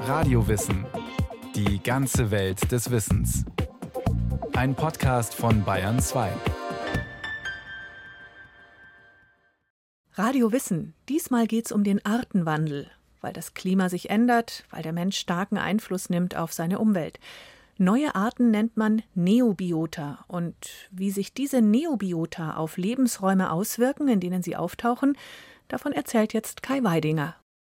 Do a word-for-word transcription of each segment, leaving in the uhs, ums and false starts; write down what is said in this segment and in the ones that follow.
Radiowissen. Die ganze Welt des Wissens. Ein Podcast von Bayern zwei. Radio Wissen. Diesmal geht's um den Artenwandel, weil das Klima sich ändert, weil der Mensch starken Einfluss nimmt auf seine Umwelt. Neue Arten nennt man Neobiota. Und wie sich diese Neobiota auf Lebensräume auswirken, in denen sie auftauchen, davon erzählt jetzt Kai Weidinger.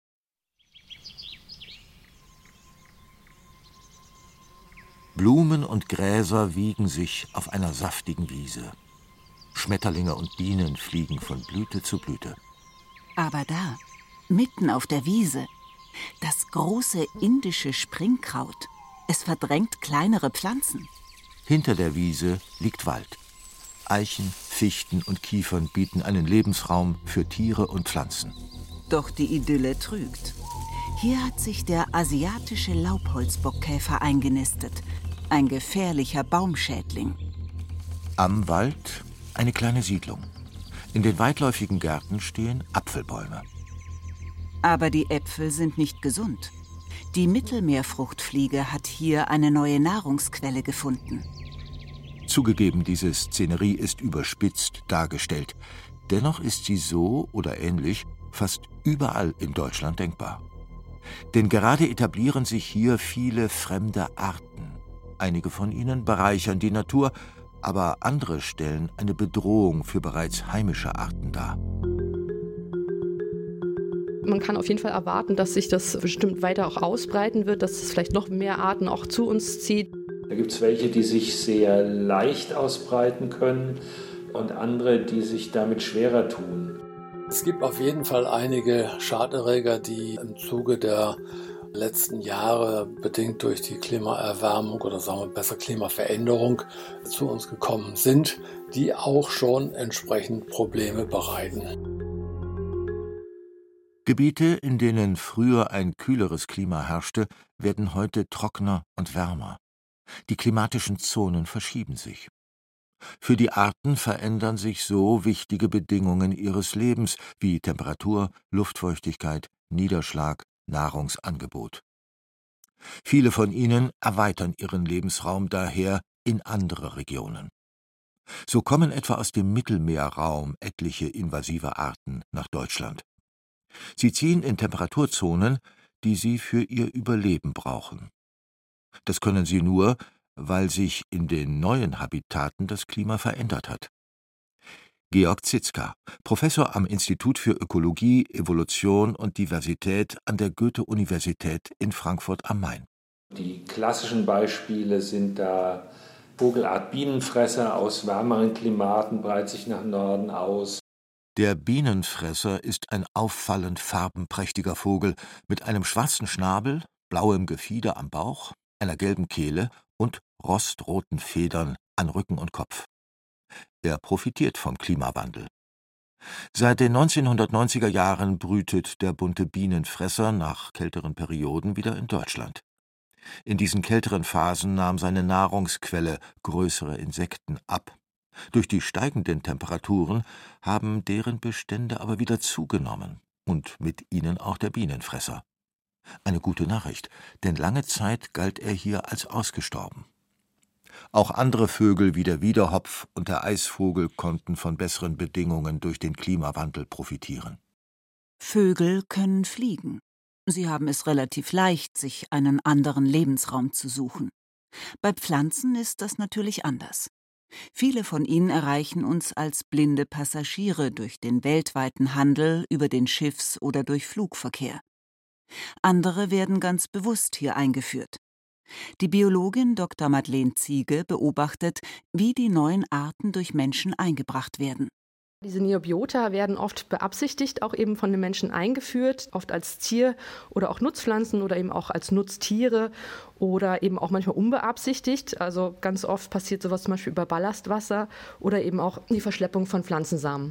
Blumen und Gräser wiegen sich auf einer saftigen Wiese. Schmetterlinge und Bienen fliegen von Blüte zu Blüte. Aber da, mitten auf der Wiese, das große indische Springkraut. Es verdrängt kleinere Pflanzen. Hinter der Wiese liegt Wald. Eichen, Fichten und Kiefern bieten einen Lebensraum für Tiere und Pflanzen. Doch die Idylle trügt. Hier hat sich der asiatische Laubholzbockkäfer eingenistet. Ein gefährlicher Baumschädling. Am Wald eine kleine Siedlung. In den weitläufigen Gärten stehen Apfelbäume. Aber die Äpfel sind nicht gesund. Die Mittelmeerfruchtfliege hat hier eine neue Nahrungsquelle gefunden. Zugegeben, diese Szenerie ist überspitzt dargestellt. Dennoch ist sie so oder ähnlich fast überall in Deutschland denkbar. Denn gerade etablieren sich hier viele fremde Arten. Einige von ihnen bereichern die Natur, aber andere stellen eine Bedrohung für bereits heimische Arten dar. Man kann auf jeden Fall erwarten, dass sich das bestimmt weiter auch ausbreiten wird, dass es vielleicht noch mehr Arten auch zu uns zieht. Da gibt es welche, die sich sehr leicht ausbreiten können und andere, die sich damit schwerer tun. Es gibt auf jeden Fall einige Schaderreger, die im Zuge der letzten Jahre, bedingt durch die Klimaerwärmung oder sagen wir besser Klimaveränderung, zu uns gekommen sind, die auch schon entsprechend Probleme bereiten. Gebiete, in denen früher ein kühleres Klima herrschte, werden heute trockener und wärmer. Die klimatischen Zonen verschieben sich. Für die Arten verändern sich so wichtige Bedingungen ihres Lebens wie Temperatur, Luftfeuchtigkeit, Niederschlag, Nahrungsangebot. Viele von ihnen erweitern ihren Lebensraum daher in andere Regionen. So kommen etwa aus dem Mittelmeerraum etliche invasive Arten nach Deutschland. Sie ziehen in Temperaturzonen, die sie für ihr Überleben brauchen. Das können sie nur, weil sich in den neuen Habitaten das Klima verändert hat. Georg Zitzka, Professor am Institut für Ökologie, Evolution und Diversität an der Goethe-Universität in Frankfurt am Main. Die klassischen Beispiele sind da Vogelart Bienenfresser aus wärmeren Klimaten, breitet sich nach Norden aus. Der Bienenfresser ist ein auffallend farbenprächtiger Vogel mit einem schwarzen Schnabel, blauem Gefieder am Bauch, einer gelben Kehle und rostroten Federn an Rücken und Kopf. Er profitiert vom Klimawandel. Seit den neunzehnhundertneunziger Jahren brütet der bunte Bienenfresser nach kälteren Perioden wieder in Deutschland. In diesen kälteren Phasen nahm seine Nahrungsquelle, größere Insekten, ab. Durch die steigenden Temperaturen haben deren Bestände aber wieder zugenommen und mit ihnen auch der Bienenfresser. Eine gute Nachricht, denn lange Zeit galt er hier als ausgestorben. Auch andere Vögel wie der Wiedehopf und der Eisvogel konnten von besseren Bedingungen durch den Klimawandel profitieren. Vögel können fliegen. Sie haben es relativ leicht, sich einen anderen Lebensraum zu suchen. Bei Pflanzen ist das natürlich anders. Viele von ihnen erreichen uns als blinde Passagiere durch den weltweiten Handel, über den Schiffs- oder durch Flugverkehr. Andere werden ganz bewusst hier eingeführt. Die Biologin Doktor Madeleine Ziege beobachtet, wie die neuen Arten durch Menschen eingebracht werden. Diese Neobiota werden oft beabsichtigt, auch eben von den Menschen eingeführt, oft als Tier- oder auch Nutzpflanzen oder eben auch als Nutztiere oder eben auch manchmal unbeabsichtigt. Also ganz oft passiert sowas zum Beispiel über Ballastwasser oder eben auch die Verschleppung von Pflanzensamen.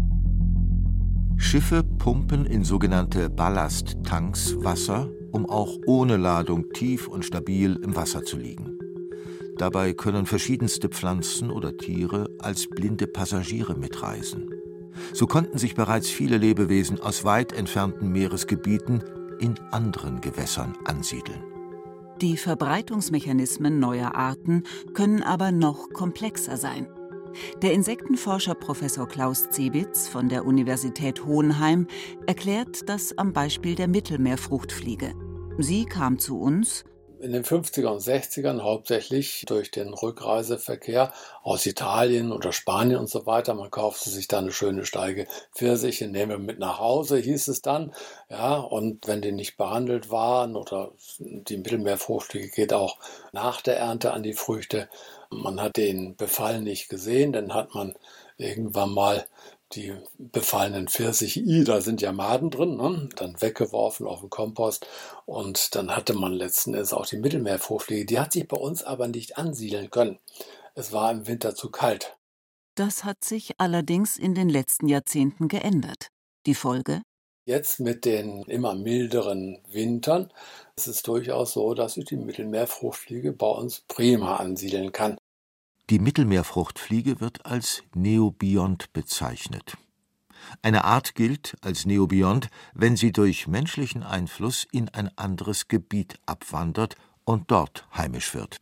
Schiffe pumpen in sogenannte Ballasttanks Wasser, um auch ohne Ladung tief und stabil im Wasser zu liegen. Dabei können verschiedenste Pflanzen oder Tiere als blinde Passagiere mitreisen. So konnten sich bereits viele Lebewesen aus weit entfernten Meeresgebieten in anderen Gewässern ansiedeln. Die Verbreitungsmechanismen neuer Arten können aber noch komplexer sein. Der Insektenforscher Professor Klaus Zebitz von der Universität Hohenheim erklärt das am Beispiel der Mittelmeerfruchtfliege. Sie kam zu uns in den fünfziger und sechzigern hauptsächlich durch den Rückreiseverkehr aus Italien oder Spanien und so weiter. Man kaufte sich dann eine schöne Steige Pfirsiche, nehmen mit nach Hause, hieß es dann. Ja, und wenn die nicht behandelt waren oder die Mittelmeerfruchtfliege geht auch nach der Ernte an die Früchte. Man hat den Befall nicht gesehen, dann hat man irgendwann mal die befallenen Pfirsiche, da sind ja Maden drin, ne? Dann weggeworfen auf den Kompost und dann hatte man letzten Endes auch die Mittelmeerfruchtfliege. Die hat sich bei uns aber nicht ansiedeln können. Es war im Winter zu kalt. Das hat sich allerdings in den letzten Jahrzehnten geändert. Die Folge? Jetzt mit den immer milderen Wintern ist es durchaus so, dass sich die Mittelmeerfruchtfliege bei uns prima ansiedeln kann. Die Mittelmeerfruchtfliege wird als Neobiont bezeichnet. Eine Art gilt als Neobiont, wenn sie durch menschlichen Einfluss in ein anderes Gebiet abwandert und dort heimisch wird.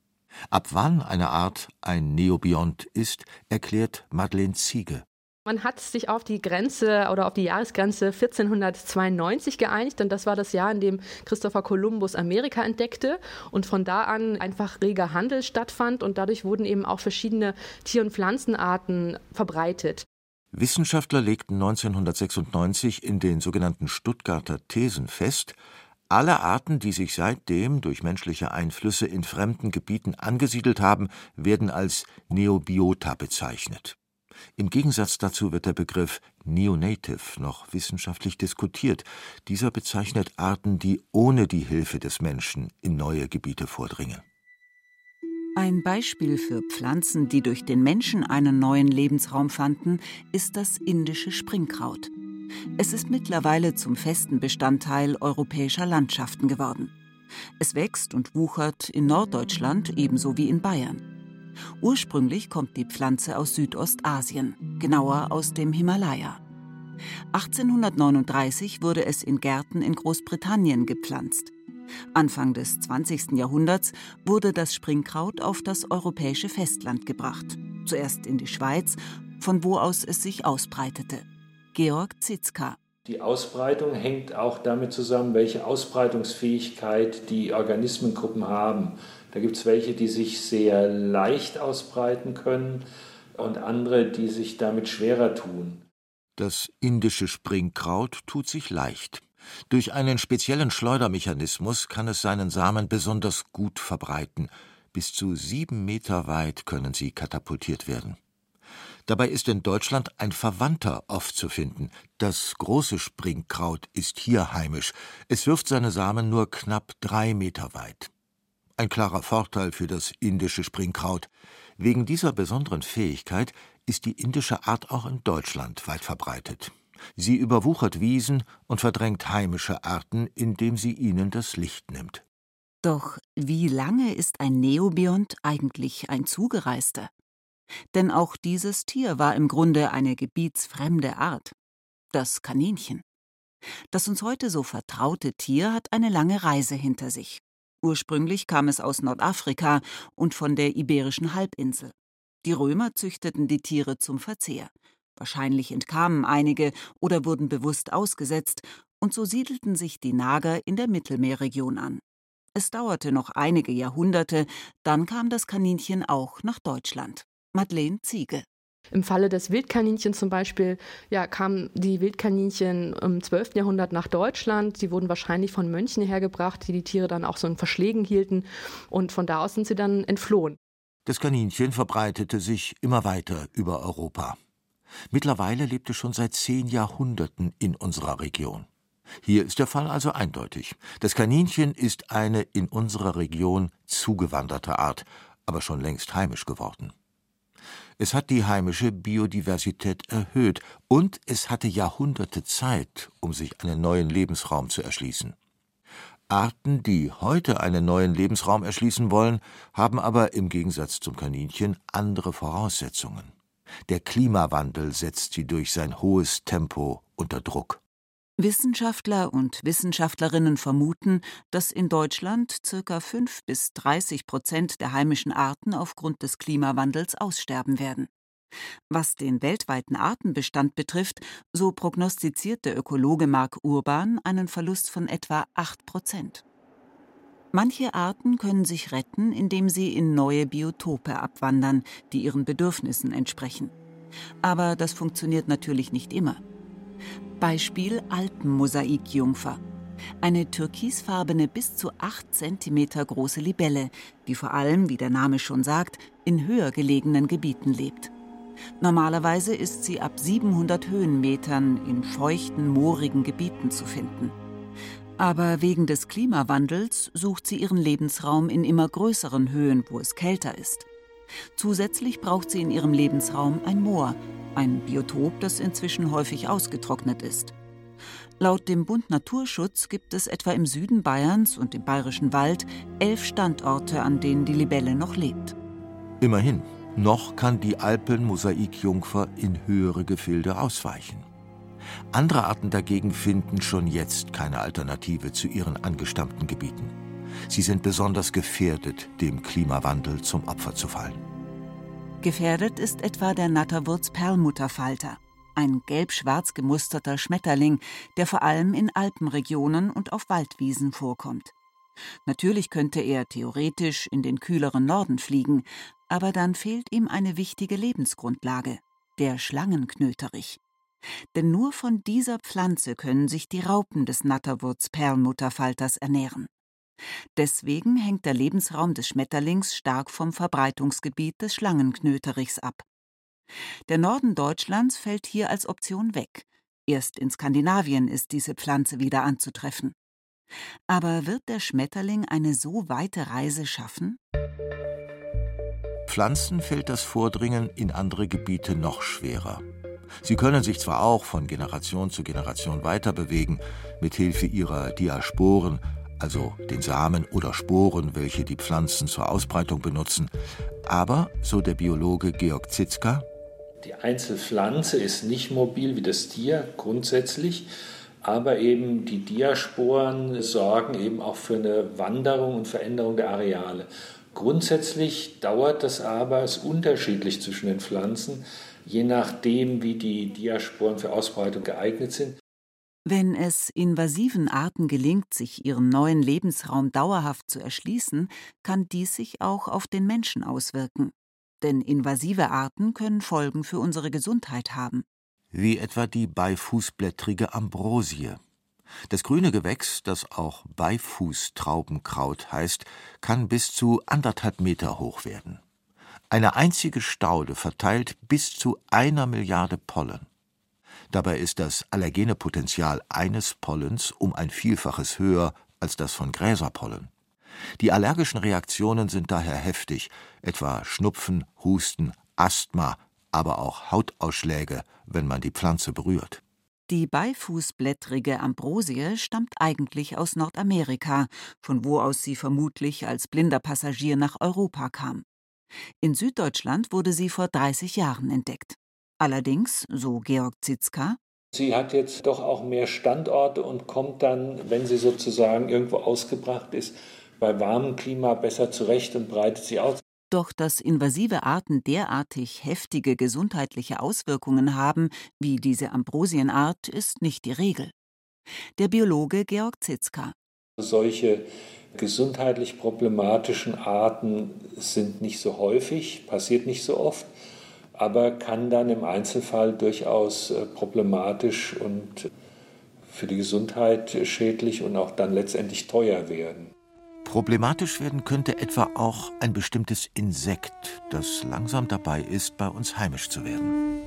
Ab wann eine Art ein Neobiont ist, erklärt Madeleine Ziege. Man hat sich auf die Grenze oder auf die Jahresgrenze vierzehnhundertzweiundneunzig geeinigt, denn das war das Jahr, in dem Christopher Columbus Amerika entdeckte und von da an einfach reger Handel stattfand und dadurch wurden eben auch verschiedene Tier- und Pflanzenarten verbreitet. Wissenschaftler legten neunzehnhundertsechsundneunzig in den sogenannten Stuttgarter Thesen fest, alle Arten, die sich seitdem durch menschliche Einflüsse in fremden Gebieten angesiedelt haben, werden als Neobiota bezeichnet. Im Gegensatz dazu wird der Begriff Neonative noch wissenschaftlich diskutiert. Dieser bezeichnet Arten, die ohne die Hilfe des Menschen in neue Gebiete vordringen. Ein Beispiel für Pflanzen, die durch den Menschen einen neuen Lebensraum fanden, ist das indische Springkraut. Es ist mittlerweile zum festen Bestandteil europäischer Landschaften geworden. Es wächst und wuchert in Norddeutschland ebenso wie in Bayern. Ursprünglich kommt die Pflanze aus Südostasien, genauer aus dem Himalaya. achtzehnhundertneununddreißig wurde es in Gärten in Großbritannien gepflanzt. Anfang des zwanzigsten Jahrhunderts wurde das Springkraut auf das europäische Festland gebracht, zuerst in die Schweiz, von wo aus es sich ausbreitete. Georg Zitzka. Die Ausbreitung hängt auch damit zusammen, welche Ausbreitungsfähigkeit die Organismengruppen haben. Da gibt es welche, die sich sehr leicht ausbreiten können und andere, die sich damit schwerer tun. Das indische Springkraut tut sich leicht. Durch einen speziellen Schleudermechanismus kann es seinen Samen besonders gut verbreiten. Bis zu sieben Meter weit können sie katapultiert werden. Dabei ist in Deutschland ein Verwandter oft zu finden. Das große Springkraut ist hier heimisch. Es wirft seine Samen nur knapp drei Meter weit. Ein klarer Vorteil für das indische Springkraut. Wegen dieser besonderen Fähigkeit ist die indische Art auch in Deutschland weit verbreitet. Sie überwuchert Wiesen und verdrängt heimische Arten, indem sie ihnen das Licht nimmt. Doch wie lange ist ein Neobiont eigentlich ein Zugereister? Denn auch dieses Tier war im Grunde eine gebietsfremde Art. Das Kaninchen. Das uns heute so vertraute Tier hat eine lange Reise hinter sich. Ursprünglich kam es aus Nordafrika und von der Iberischen Halbinsel. Die Römer züchteten die Tiere zum Verzehr. Wahrscheinlich entkamen einige oder wurden bewusst ausgesetzt, und so siedelten sich die Nager in der Mittelmeerregion an. Es dauerte noch einige Jahrhunderte, dann kam das Kaninchen auch nach Deutschland. Madeleine Ziege. Im Falle des Wildkaninchens zum Beispiel ja, kamen die Wildkaninchen im zwölften Jahrhundert nach Deutschland. Sie wurden wahrscheinlich von Mönchen hergebracht, die die Tiere dann auch so in Verschlägen hielten. Und von da aus sind sie dann entflohen. Das Kaninchen verbreitete sich immer weiter über Europa. Mittlerweile lebt es schon seit zehn Jahrhunderten in unserer Region. Hier ist der Fall also eindeutig. Das Kaninchen ist eine in unserer Region zugewanderte Art, aber schon längst heimisch geworden. Es hat die heimische Biodiversität erhöht und es hatte Jahrhunderte Zeit, um sich einen neuen Lebensraum zu erschließen. Arten, die heute einen neuen Lebensraum erschließen wollen, haben aber im Gegensatz zum Kaninchen andere Voraussetzungen. Der Klimawandel setzt sie durch sein hohes Tempo unter Druck. Wissenschaftler und Wissenschaftlerinnen vermuten, dass in Deutschland ca. fünf bis dreißig Prozent der heimischen Arten aufgrund des Klimawandels aussterben werden. Was den weltweiten Artenbestand betrifft, so prognostiziert der Ökologe Mark Urban einen Verlust von etwa acht Prozent. Manche Arten können sich retten, indem sie in neue Biotope abwandern, die ihren Bedürfnissen entsprechen. Aber das funktioniert natürlich nicht immer. Beispiel Alpenmosaikjungfer. Eine türkisfarbene bis zu acht Zentimeter große Libelle, die vor allem, wie der Name schon sagt, in höher gelegenen Gebieten lebt. Normalerweise ist sie ab siebenhundert Höhenmetern in feuchten, moorigen Gebieten zu finden. Aber wegen des Klimawandels sucht sie ihren Lebensraum in immer größeren Höhen, wo es kälter ist. Zusätzlich braucht sie in ihrem Lebensraum ein Moor, ein Biotop, das inzwischen häufig ausgetrocknet ist. Laut dem Bund Naturschutz gibt es etwa im Süden Bayerns und im Bayerischen Wald elf Standorte, an denen die Libelle noch lebt. Immerhin, noch kann die Alpenmosaikjungfer in höhere Gefilde ausweichen. Andere Arten dagegen finden schon jetzt keine Alternative zu ihren angestammten Gebieten. Sie sind besonders gefährdet, dem Klimawandel zum Opfer zu fallen. Gefährdet ist etwa der Natterwurz-Perlmutterfalter, ein gelb-schwarz gemusterter Schmetterling, der vor allem in Alpenregionen und auf Waldwiesen vorkommt. Natürlich könnte er theoretisch in den kühleren Norden fliegen, aber dann fehlt ihm eine wichtige Lebensgrundlage, der Schlangenknöterich. Denn nur von dieser Pflanze können sich die Raupen des Natterwurz-Perlmutterfalters ernähren. Deswegen hängt der Lebensraum des Schmetterlings stark vom Verbreitungsgebiet des Schlangenknöterichs ab. Der Norden Deutschlands fällt hier als Option weg. Erst in Skandinavien ist diese Pflanze wieder anzutreffen. Aber wird der Schmetterling eine so weite Reise schaffen? Pflanzen fällt das Vordringen in andere Gebiete noch schwerer. Sie können sich zwar auch von Generation zu Generation weiter bewegen, mit Hilfe ihrer Diasporen, also den Samen oder Sporen, welche die Pflanzen zur Ausbreitung benutzen. Aber, so der Biologe Georg Zitzka, die Einzelpflanze ist nicht mobil wie das Tier grundsätzlich, aber eben die Diasporen sorgen eben auch für eine Wanderung und Veränderung der Areale. Grundsätzlich dauert das aber, ist unterschiedlich zwischen den Pflanzen, je nachdem, wie die Diasporen für Ausbreitung geeignet sind. Wenn es invasiven Arten gelingt, sich ihren neuen Lebensraum dauerhaft zu erschließen, kann dies sich auch auf den Menschen auswirken. Denn invasive Arten können Folgen für unsere Gesundheit haben. Wie etwa die beifußblättrige Ambrosie. Das grüne Gewächs, das auch Beifußtraubenkraut heißt, kann bis zu anderthalb Meter hoch werden. Eine einzige Staude verteilt bis zu einer Milliarde Pollen. Dabei ist das allergene Potenzial eines Pollens um ein Vielfaches höher als das von Gräserpollen. Die allergischen Reaktionen sind daher heftig, etwa Schnupfen, Husten, Asthma, aber auch Hautausschläge, wenn man die Pflanze berührt. Die beifußblättrige Ambrosie stammt eigentlich aus Nordamerika, von wo aus sie vermutlich als blinder Passagier nach Europa kam. In Süddeutschland wurde sie vor dreißig Jahren entdeckt. Allerdings, so Georg Zitzka, sie hat jetzt doch auch mehr Standorte und kommt dann, wenn sie sozusagen irgendwo ausgebracht ist, bei warmem Klima besser zurecht und breitet sie aus. Doch dass invasive Arten derartig heftige gesundheitliche Auswirkungen haben, wie diese Ambrosienart, ist nicht die Regel. Der Biologe Georg Zitzka. Solche gesundheitlich problematischen Arten sind nicht so häufig, passiert nicht so oft, aber kann dann im Einzelfall durchaus problematisch und für die Gesundheit schädlich und auch dann letztendlich teuer werden. Problematisch werden könnte etwa auch ein bestimmtes Insekt, das langsam dabei ist, bei uns heimisch zu werden.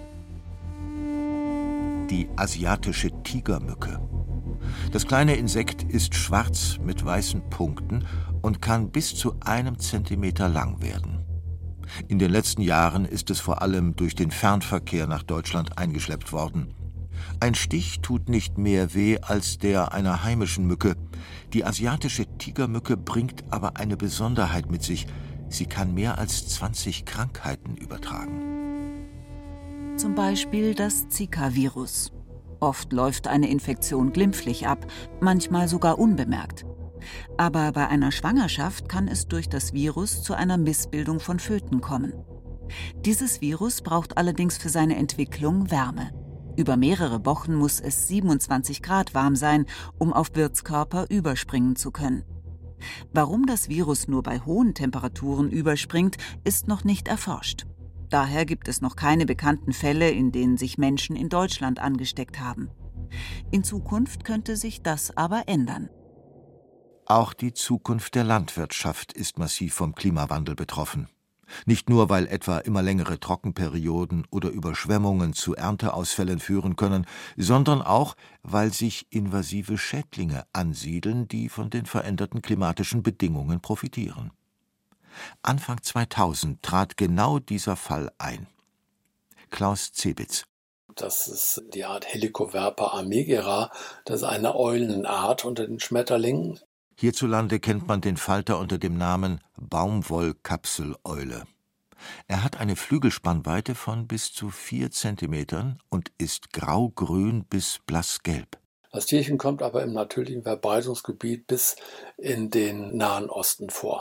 Die asiatische Tigermücke. Das kleine Insekt ist schwarz mit weißen Punkten und kann bis zu einem Zentimeter lang werden. In den letzten Jahren ist es vor allem durch den Fernverkehr nach Deutschland eingeschleppt worden. Ein Stich tut nicht mehr weh als der einer heimischen Mücke. Die asiatische Tigermücke bringt aber eine Besonderheit mit sich. Sie kann mehr als zwanzig Krankheiten übertragen. Zum Beispiel das Zika-Virus. Oft läuft eine Infektion glimpflich ab, manchmal sogar unbemerkt. Aber bei einer Schwangerschaft kann es durch das Virus zu einer Missbildung von Föten kommen. Dieses Virus braucht allerdings für seine Entwicklung Wärme. Über mehrere Wochen muss es siebenundzwanzig Grad warm sein, um auf Wirtskörper überspringen zu können. Warum das Virus nur bei hohen Temperaturen überspringt, ist noch nicht erforscht. Daher gibt es noch keine bekannten Fälle, in denen sich Menschen in Deutschland angesteckt haben. In Zukunft könnte sich das aber ändern. Auch die Zukunft der Landwirtschaft ist massiv vom Klimawandel betroffen. Nicht nur, weil etwa immer längere Trockenperioden oder Überschwemmungen zu Ernteausfällen führen können, sondern auch, weil sich invasive Schädlinge ansiedeln, die von den veränderten klimatischen Bedingungen profitieren. Anfang zweitausend trat genau dieser Fall ein. Klaus Zebitz. Das ist die Art Helicoverpa amegera, das ist eine Eulenart unter den Schmetterlingen. Hierzulande kennt man den Falter unter dem Namen Baumwollkapseleule. Er hat eine Flügelspannweite von bis zu vier Zentimetern und ist graugrün bis blassgelb. Das Tierchen kommt aber im natürlichen Verbreitungsgebiet bis in den Nahen Osten vor.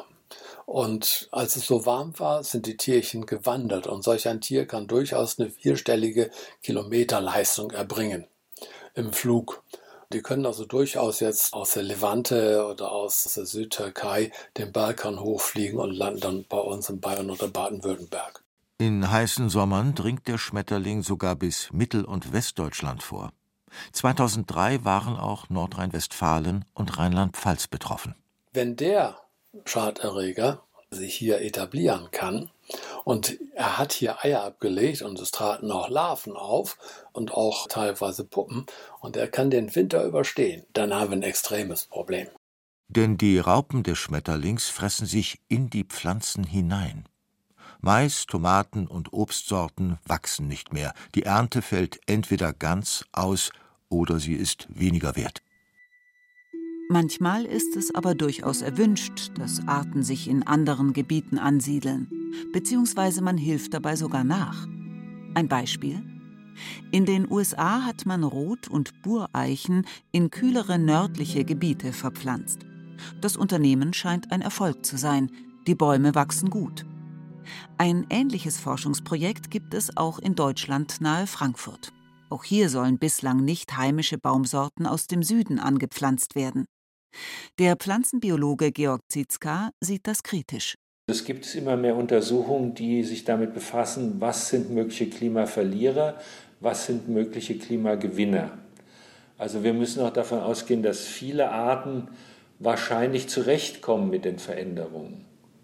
Und als es so warm war, sind die Tierchen gewandert. Und solch ein Tier kann durchaus eine vierstellige Kilometerleistung erbringen im Flug. Die können also durchaus jetzt aus der Levante oder aus der Südtürkei den Balkan hochfliegen und landen dann bei uns in Bayern oder Baden-Württemberg. In heißen Sommern dringt der Schmetterling sogar bis Mittel- und Westdeutschland vor. zweitausenddrei waren auch Nordrhein-Westfalen und Rheinland-Pfalz betroffen. Wenn der Schaderreger sich hier etablieren kann und er hat hier Eier abgelegt und es traten auch Larven auf und auch teilweise Puppen und er kann den Winter überstehen, dann haben wir ein extremes Problem. Denn die Raupen des Schmetterlings fressen sich in die Pflanzen hinein. Mais, Tomaten und Obstsorten wachsen nicht mehr. Die Ernte fällt entweder ganz aus oder sie ist weniger wert. Manchmal ist es aber durchaus erwünscht, dass Arten sich in anderen Gebieten ansiedeln, beziehungsweise man hilft dabei sogar nach. Ein Beispiel? In den U S A hat man Rot- und Bureichen in kühlere nördliche Gebiete verpflanzt. Das Unternehmen scheint ein Erfolg zu sein. Die Bäume wachsen gut. Ein ähnliches Forschungsprojekt gibt es auch in Deutschland nahe Frankfurt. Auch hier sollen bislang nicht heimische Baumsorten aus dem Süden angepflanzt werden. Der Pflanzenbiologe Georg Zietzka sieht das kritisch. Es gibt immer mehr Untersuchungen, die sich damit befassen, was sind mögliche Klimaverlierer, was sind mögliche Klimagewinner. Also wir müssen auch davon ausgehen, dass viele Arten wahrscheinlich zurechtkommen mit den Veränderungen.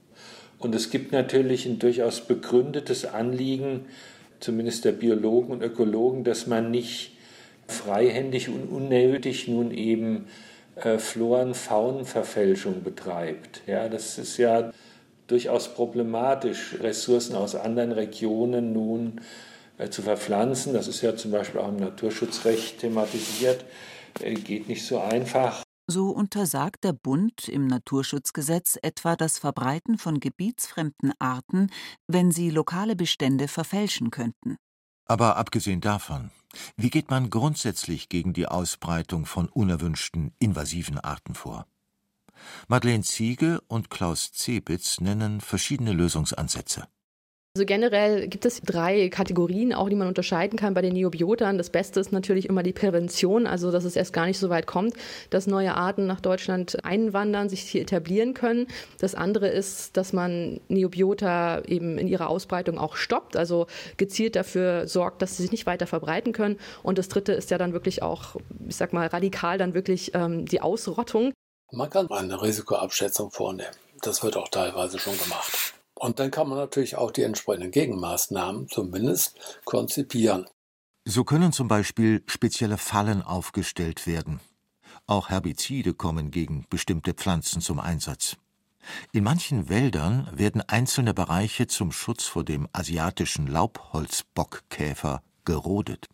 Und es gibt natürlich ein durchaus begründetes Anliegen, zumindest der Biologen und Ökologen, dass man nicht freihändig und unnötig nun eben äh, Floren-Faunen-Verfälschung betreibt. Ja, das ist ja durchaus problematisch, Ressourcen aus anderen Regionen nun äh, zu verpflanzen. Das ist ja zum Beispiel auch im Naturschutzrecht thematisiert. Äh, geht nicht so einfach. So untersagt der Bund im Naturschutzgesetz etwa das Verbreiten von gebietsfremden Arten, wenn sie lokale Bestände verfälschen könnten. Aber abgesehen davon, wie geht man grundsätzlich gegen die Ausbreitung von unerwünschten, invasiven Arten vor? Madeleine Ziege und Klaus Zebitz nennen verschiedene Lösungsansätze. Also generell gibt es drei Kategorien, auch die man unterscheiden kann bei den Neobiotern. Das Beste ist natürlich immer die Prävention, also dass es erst gar nicht so weit kommt, dass neue Arten nach Deutschland einwandern, sich hier etablieren können. Das andere ist, dass man Neobiota eben in ihrer Ausbreitung auch stoppt, also gezielt dafür sorgt, dass sie sich nicht weiter verbreiten können. Und das dritte ist ja dann wirklich auch, ich sag mal, radikal dann wirklich ähm, die Ausrottung. Man kann eine Risikoabschätzung vornehmen. Das wird auch teilweise schon gemacht. Und dann kann man natürlich auch die entsprechenden Gegenmaßnahmen zumindest konzipieren. So können zum Beispiel spezielle Fallen aufgestellt werden. Auch Herbizide kommen gegen bestimmte Pflanzen zum Einsatz. In manchen Wäldern werden einzelne Bereiche zum Schutz vor dem asiatischen Laubholzbockkäfer gerodet.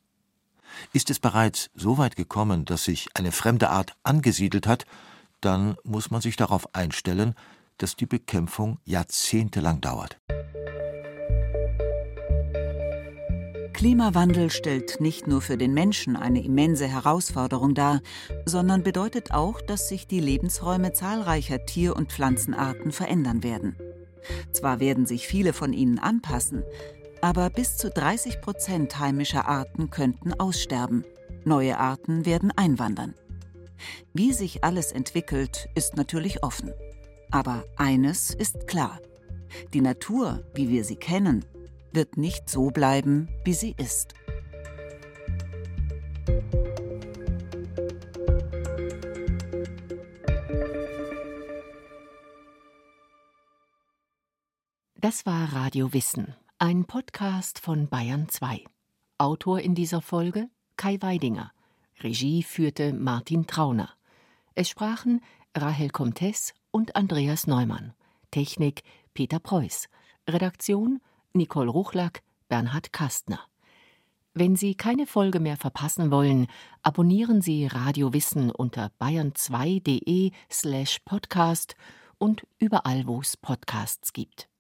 Ist es bereits so weit gekommen, dass sich eine fremde Art angesiedelt hat, dann muss man sich darauf einstellen, dass die Bekämpfung jahrzehntelang dauert. Klimawandel stellt nicht nur für den Menschen eine immense Herausforderung dar, sondern bedeutet auch, dass sich die Lebensräume zahlreicher Tier- und Pflanzenarten verändern werden. Zwar werden sich viele von ihnen anpassen, aber bis zu dreißig Prozent heimischer Arten könnten aussterben. Neue Arten werden einwandern. Wie sich alles entwickelt, ist natürlich offen. Aber eines ist klar: Die Natur, wie wir sie kennen, wird nicht so bleiben, wie sie ist. Das war Radio Wissen, ein Podcast von Bayern zwei. Autor in dieser Folge Kai Weidinger. Regie führte Martin Trauner. Es sprachen Rahel Comtes und Andreas Neumann. Technik Peter Preuß. Redaktion Nicole Ruchlack, Bernhard Kastner. Wenn Sie keine Folge mehr verpassen wollen, abonnieren Sie Radio Wissen unter bayern zwei punkt de slash podcast und überall, wo es Podcasts gibt.